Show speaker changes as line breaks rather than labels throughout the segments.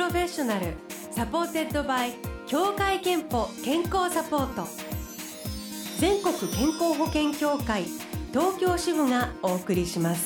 ロフェッショナルサポーテッドバイ協会憲法健康サポート、全国健康保険協会東京支部がお送りします。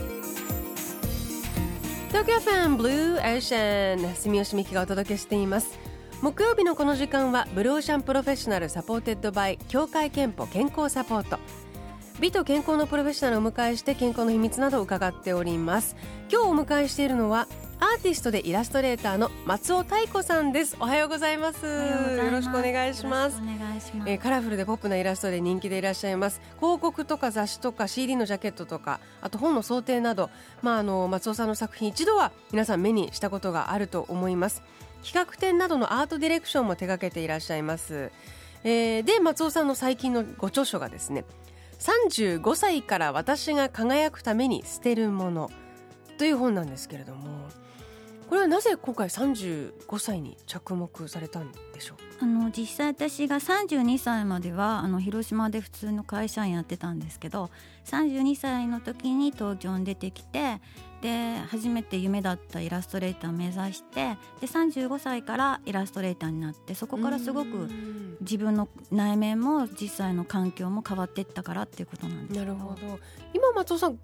東京ファンブルーオーシャン、住吉美希がお届けしています。木曜日のこの時間はブルーオーシャンプロフェッショナルサポーテッドバイ協会憲法健康サポート、美と健康のプロフェッショナルをお迎えして健康の秘密などを伺っております。今日お迎えしているのはアーティストでイラストレーターの松尾太子さんです。おはようございます。よろしくお願いします。カラフルでポップなイラストで人気でいらっしゃいます。広告とか雑誌とか CD のジャケットとか、あと本の装丁など、松尾さんの作品一度は皆さん目にしたことがあると思います。企画展などのアートディレクションも手掛けていらっしゃいます。で松尾さんの最近のご著書がですね、35歳から私が輝くために捨てるものという本なんですけれども、これはなぜ今回35歳に着目されたんでしょう。
実際私が32歳までは広島で普通の会社員やってたんですけど、32歳の時に東京に出てきて、で初めて夢だったイラストレーターを目指して、で35歳からイラストレーターになって、そこからすごく自分の内面も実際の環境も変わっていったからっていうことなんです。
なるほど。今松尾さん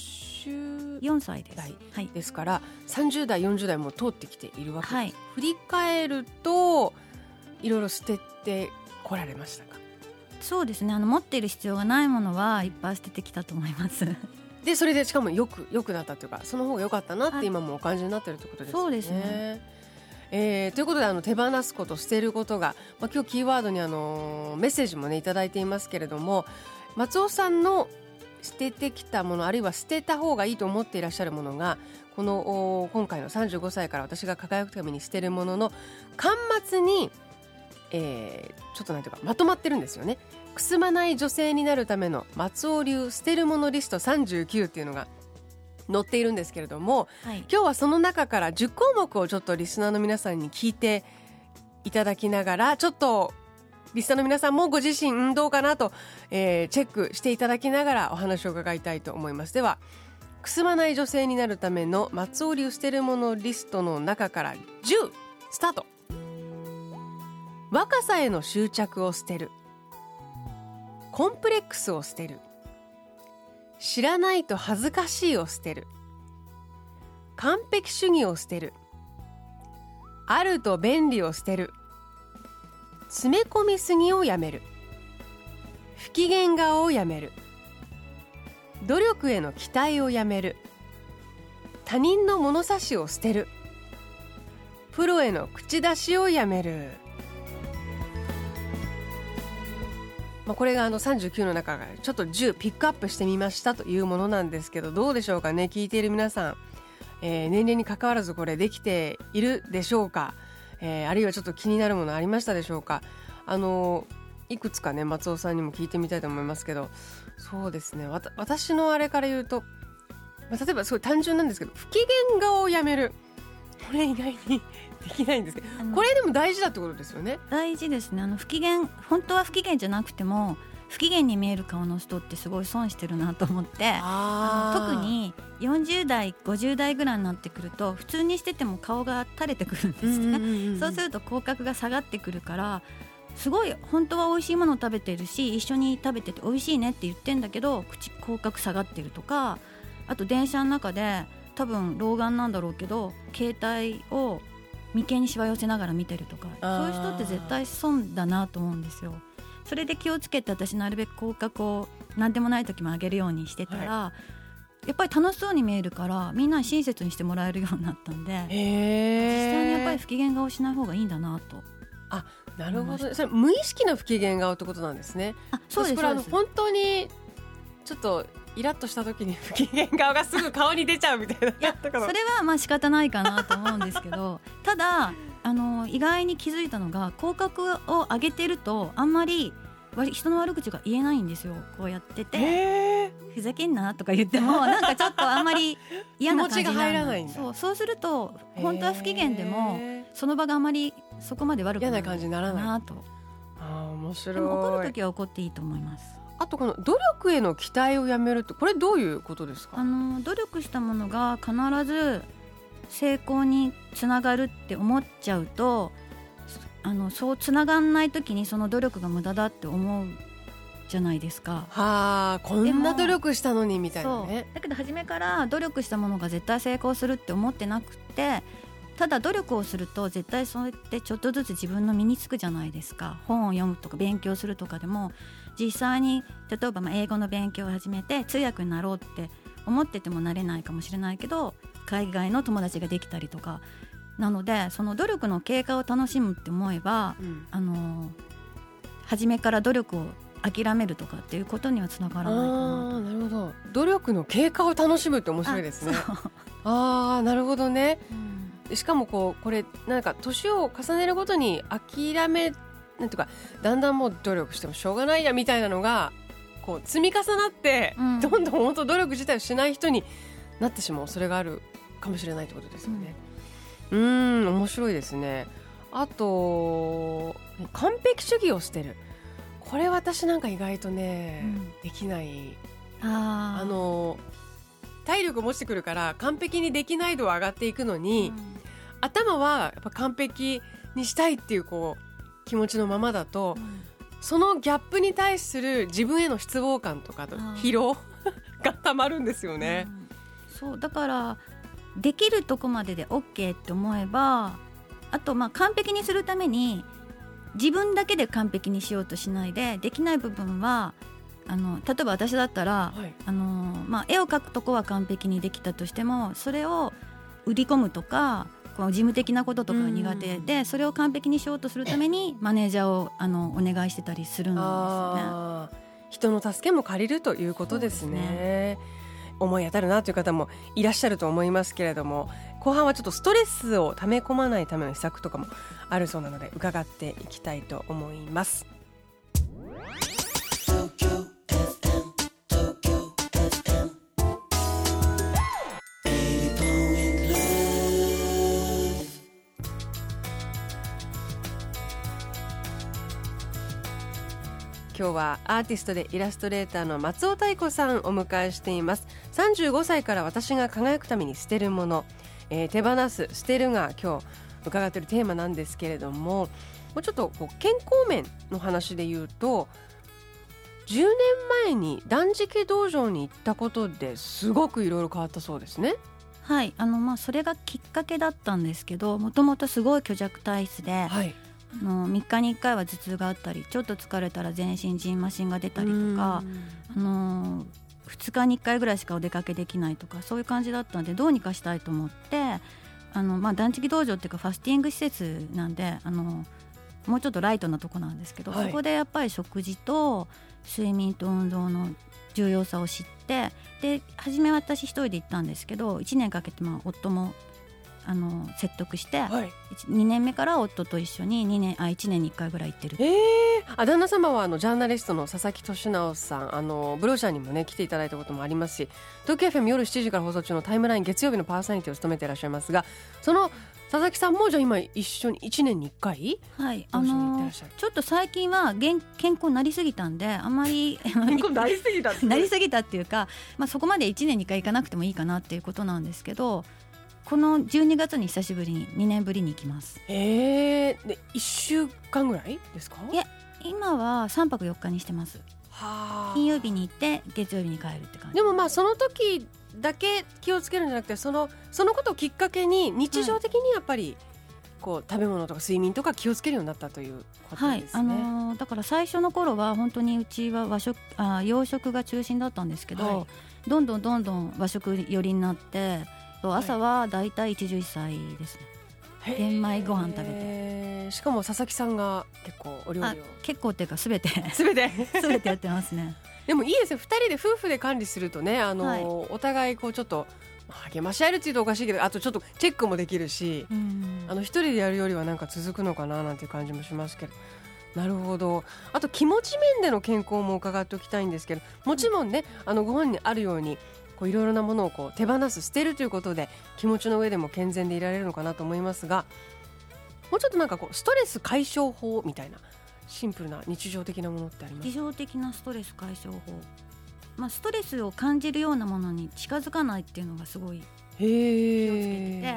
54歳です、はい、ですから30代40代も通ってきているわけです、はい、振り返るといろいろ捨ててこられましたか。
そうですね、持っている必要がないものはいっぱい捨ててきたと思います
でそれでしかもよくなったというか、その方が良かったなって今もお感じになっているということですね。
そうですね。
ということで手放すこと、捨てることが、今日キーワードにメッセージもねいただいていますけれども、松尾さんの捨ててきたもの、あるいは捨てた方がいいと思っていらっしゃるものが、この今回の35歳から私が輝くために捨てるものの巻末に、ちょっとなんていうかまとまってるんですよね。くすまない女性になるための松尾流捨てるものリスト39っていうのが載っているんですけれども、はい、今日はその中から10項目をちょっとリスナーの皆さんに聞いていただきながら、ちょっとリスナーの皆さんもご自身どうかなと、チェックしていただきながらお話を伺いたいと思います。では、くすまない女性になるための松尾流捨てるものリストの中から10スタート。若さへの執着を捨てる、コンプレックスを捨てる、知らないと恥ずかしいを捨てる、完璧主義を捨てる、あると便利を捨てる、詰め込みすぎをやめる、不機嫌顔をやめる、努力への期待をやめる、他人の物差しを捨てる、プロへの口出しをやめる。これが39の中からちょっと10ピックアップしてみましたというものなんですけど、どうでしょうかね、聞いている皆さん、年齢に関わらずこれできているでしょうか、あるいはちょっと気になるものありましたでしょうか。いくつかね松尾さんにも聞いてみたいと思いますけど、そうですね、私のあれから言うと、例えばすごい単純なんですけど、不機嫌顔をやめる、これ意外にできないんですけど、これでも大事だってことですよね。
大事ですね。不機嫌、本当は不機嫌じゃなくても不機嫌に見える顔の人ってすごい損してるなと思って、特に40代50代ぐらいになってくると普通にしてても顔が垂れてくるんですね、そうすると口角が下がってくるから、すごい本当は美味しいものを食べてるし、一緒に食べてて美味しいねって言ってんだけど口角下がってるとか、あと電車の中で多分老眼なんだろうけど携帯を眉間にしわ寄せながら見てるとか、そういう人って絶対損だなと思うんですよ。それで気をつけて私なるべく口角を何でもない時も上げるようにしてたら、やっぱり楽しそうに見えるからみんなに親切にしてもらえるようになったんで、実際にやっぱり不機嫌顔しない方がいいんだなと。
なるほど、それ無意識の不機嫌顔ってことなんですね。
そうです。
これ本当にちょっとイラッとした時に不機嫌顔がすぐ顔に出ちゃうみたいな。
いやそれは仕方ないかなと思うんですけどただ意外に気づいたのが、口角を上げてるとあんまり人の悪口が言えないんですよ。こうやっててふざけんなとか言ってもなんかちょっとあんまり嫌な感じになる。気持ちが入らないんだ。そうすると本当は不機嫌でもその場があまりそこまで悪くない
嫌な感じにならない
なと。
面白い。
でも怒るときは怒っていいと思います。
あとこの努力への期待をやめるって、これどういうことですか？
努力したものが必ず成功につながるって思っちゃうとそうつながんない時にその努力が無駄だって思うじゃないですか。
はあ、こんな努力したのにみたいなね。
そうだけど初めから努力したものが絶対成功するって思ってなくて、ただ努力をすると絶対そうやってちょっとずつ自分の身につくじゃないですか。本を読むとか勉強するとかでも実際に例えば英語の勉強を始めて通訳になろうって思っててもなれないかもしれないけど海外の友達ができたりとかなので、その努力の経過を楽しむって思えば、初めから努力を諦めるとかっていうことにはつながらないかなと。
なるほど、努力の経過を楽しむって面白いですね。なるほどね、しかもこれなんか年を重ねるごとに諦めなんていうか、だんだんもう努力してもしょうがないやみたいなのがこう積み重なって、どんどん本当努力自体をしない人になってしまう、それがあるかもしれないってことですよね。面白いですね。あと完璧主義を捨てる、これ私なんか意外とね、できない。体力も落ちてくるから完璧にできない度は上がっていくのに、頭はやっぱ完璧にしたいっていう気持ちのままだと、そのギャップに対する自分への失望感とか疲労がたまるんですよね。
そうだからできるとこまでで OK って思えば、あと完璧にするために自分だけで完璧にしようとしないで、できない部分は例えば私だったら、絵を描くとこは完璧にできたとしても、それを売り込むとか事務的なこととかが苦手で、それを完璧にしようとするためにマネージャーをお願いしてたりするんですよね。
人の助けも借りるということですね。思い当たるなという方もいらっしゃると思いますけれども、後半はちょっとストレスを溜め込まないための秘策とかもあるそうなので伺っていきたいと思います。今日はアーティストでイラストレーターの松尾太子さんをお迎えしています。35歳から私が輝くために捨てるもの、手放す捨てるが今日伺っているテーマなんですけれども、もうちょっと健康面の話で言うと、10年前に断食道場に行ったことですごくいろいろ変わったそうですね。
はい、それがきっかけだったんですけど、もともとすごい虚弱体質で、3日に1回は頭痛があったり、ちょっと疲れたら全身ジンマシンが出たりとか、2日に1回ぐらいしかお出かけできないとか、そういう感じだったのでどうにかしたいと思って、断食道場っていうかファスティング施設なんで、もうちょっとライトなとこなんですけど、そこでやっぱり食事と睡眠と運動の重要さを知って、で初め私一人で行ったんですけど、1年かけて夫も説得して、2年目から夫と一緒に1年に1回ぐらい行ってる。
旦那様はジャーナリストの佐々木俊直さん、ブローシャーにもね来ていただいたこともありますし、東京 FM 夜7時から放送中のタイムライン月曜日のパーソナリティを務めていらっしゃいますが、その佐々木さんもじゃあ今一緒に1年に1回、
ちょっと最近は健康になりすぎたんで、あんまり
健康になりすぎた
なりすぎたっていうか、そこまで1年に1回行かなくてもいいかなっていうことなんですけど、この12月に久しぶりに2年ぶりに行きます。
で1週間ぐらいですか？
いや、今は3泊4日にしてます。金曜日に行って月曜日に帰るって感じ。
でもその時だけ気をつけるんじゃなくて、そのことをきっかけに日常的にやっぱり食べ物とか睡眠とか気をつけるようになったということですね。
だから最初の頃は本当にうちは洋食が中心だったんですけど、どんどん和食寄りになって、朝はだいたい一汁一菜ですね。玄米ご飯食べて、
しかも佐々木さんが結構お料理を
結構っていうか全てやってますね。
でもいいですよ、2人で夫婦で管理するとね、お互いちょっと励まし合えるっていうとおかしいけど、あとちょっとチェックもできるし、1人でやるよりはなんか続くのかななんていう感じもしますけど。なるほど。あと気持ち面での健康も伺っておきたいんですけど、もちろんね、ご本にあるようにいろいろなものを手放す捨てるということで気持ちの上でも健全でいられるのかなと思いますが、もうちょっとなんかストレス解消法みたいなシンプルな日常的なものってありますか？
日常的なストレス解消法、ストレスを感じるようなものに近づかないっていうのがすごい気をつけてて、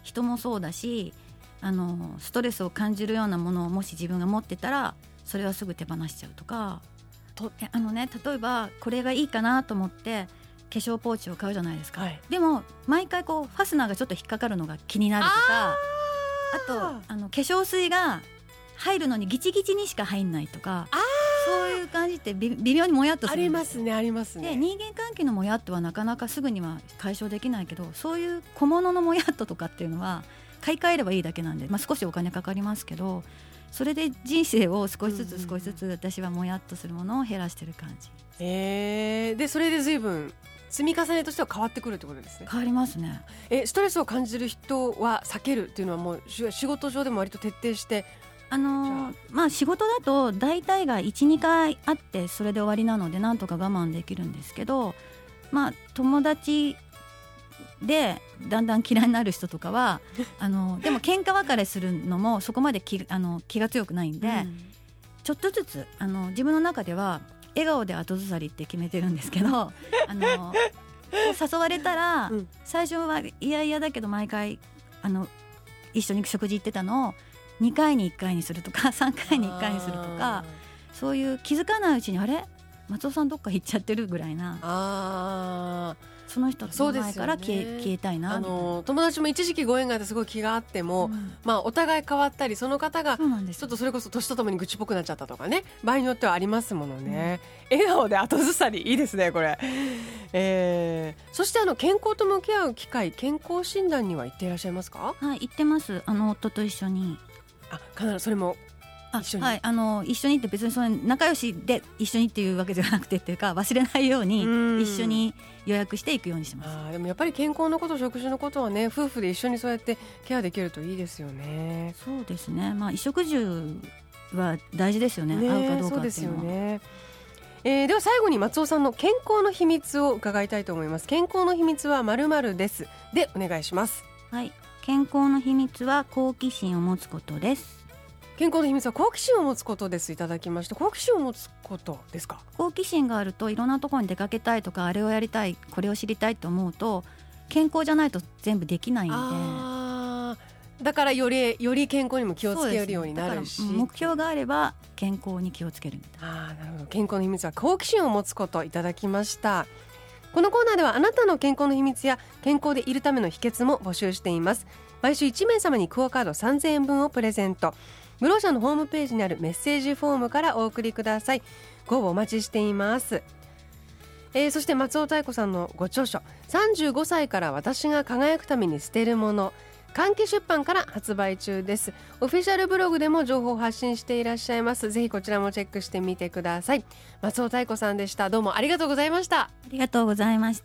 人もそうだし、ストレスを感じるようなものをもし自分が持ってたらそれはすぐ手放しちゃうとか例えばこれがいいかなと思って化粧ポーチを買うじゃないですか、はい、でも毎回こうファスナーがちょっと引っかかるのが気になるとか、あと化粧水が入るのにギチギチにしか入んないとか、そういう感じって微妙にもやっとするんですよ。
ありますね。
で人間関係のもやっとはなかなかすぐには解消できないけど、そういう小物のもやっととかっていうのは買い替えればいいだけなんで、少しお金かかりますけど、それで人生を少しずつ私はもやっとするものを減らしてる感じ。
でそれで随分積み重ねとしては変わってくるってことですね。
変わりますね。
ストレスを感じる人は避けるっていうのはもう仕事上でも割と徹底して、
仕事だと大体が 1,2 回あってそれで終わりなのでなんとか我慢できるんですけど、友達でだんだん嫌いになる人とかはでも喧嘩別れするのもそこまで気が強くないんで、ちょっとずつ自分の中では笑顔で後ずさりって決めてるんですけど誘われたら、最初は嫌だけど毎回一緒に食事行ってたのを2回に1回にするとか3回に1回にするとか、そういう気づかないうちにあれ松尾さんどっか行っちゃってるぐらいな、その人の前から消えたいなみたいな。
友達も一時期ご縁があってすごい気があっても、お互い変わったり、その方がちょっとそれこそ年とともに愚痴っぽくなっちゃったとかね、場合によってはありますものね、笑顔で後ずさり、いいですねこれ。そして健康と向き合う機会、健康診断には行っていらっしゃいますか？
はい、行ってます。夫と一緒に。
必ずそれも一緒に。
はい、一緒にって別にその仲良しで一緒にっていうわけじゃなくてっていうか、忘れないように一緒に予約していくようにします。
でもやっぱり健康のこと、食事のことはね、夫婦で一緒にそうやってケアできるといいですよね。
そうですね、衣食住は大事ですよね、合うかどうかっていうのは。そうですよね。
では最後に松尾さんの健康の秘密を伺いたいと思います。健康の秘密は〇〇ですでお願いします。
はい、健康の秘密は好奇心を持つことです。
健康の秘密は好奇心を持つことです。いただきました。好奇心を持つことですか？
好奇心があるといろんなところに出かけたいとか、あれをやりたい、これを知りたいと思うと健康じゃないと全部できないんで、
だからより健康にも気をつけるようになるし、
目標があれば健康に気をつけるみたいな。
なるほど。健康の秘密は好奇心を持つこと、いただきました。このコーナーではあなたの健康の秘密や健康でいるための秘訣も募集しています。毎週1名様にクオカード3000円分をプレゼント。ブロー社のホームページにあるメッセージフォームからお送りください。ご応募お待ちしています。そして松尾妙子さんのご著書、35歳から私が輝くために捨てるもの、関係出版から発売中です。オフィシャルブログでも情報を発信していらっしゃいます。ぜひこちらもチェックしてみてください。松尾妙子さんでした。どうもありがとうございました。
ありがとうございました。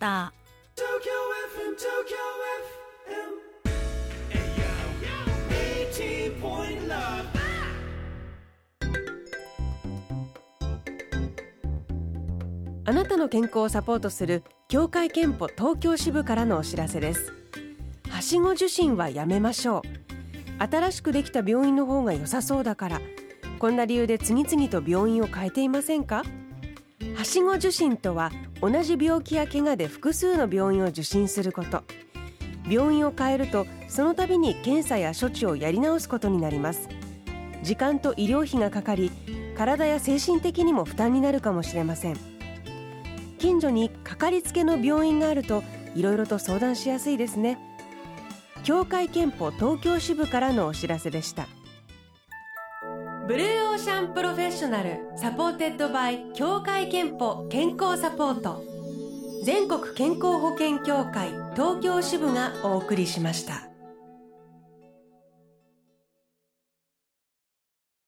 あなたの健康をサポートする協会憲法東京支部からのお知らせです。はしご受診はやめましょう。新しくできた病院の方が良さそうだから、こんな理由で次々と病院を変えていませんか？はしご受診とは、同じ病気や怪我で複数の病院を受診すること。病院を変えるとその度に検査や処置をやり直すことになります。時間と医療費がかかり、体や精神的にも負担になるかもしれません。近所にかかりつけの病院があるといろいろと相談しやすいですね。協会憲法東京支部からのお知らせでした。ブルーオーシャンプロフェッショナルサポーテッドバイ協会憲法健康サポート、全国健康保険協会東京支部がお送りしました。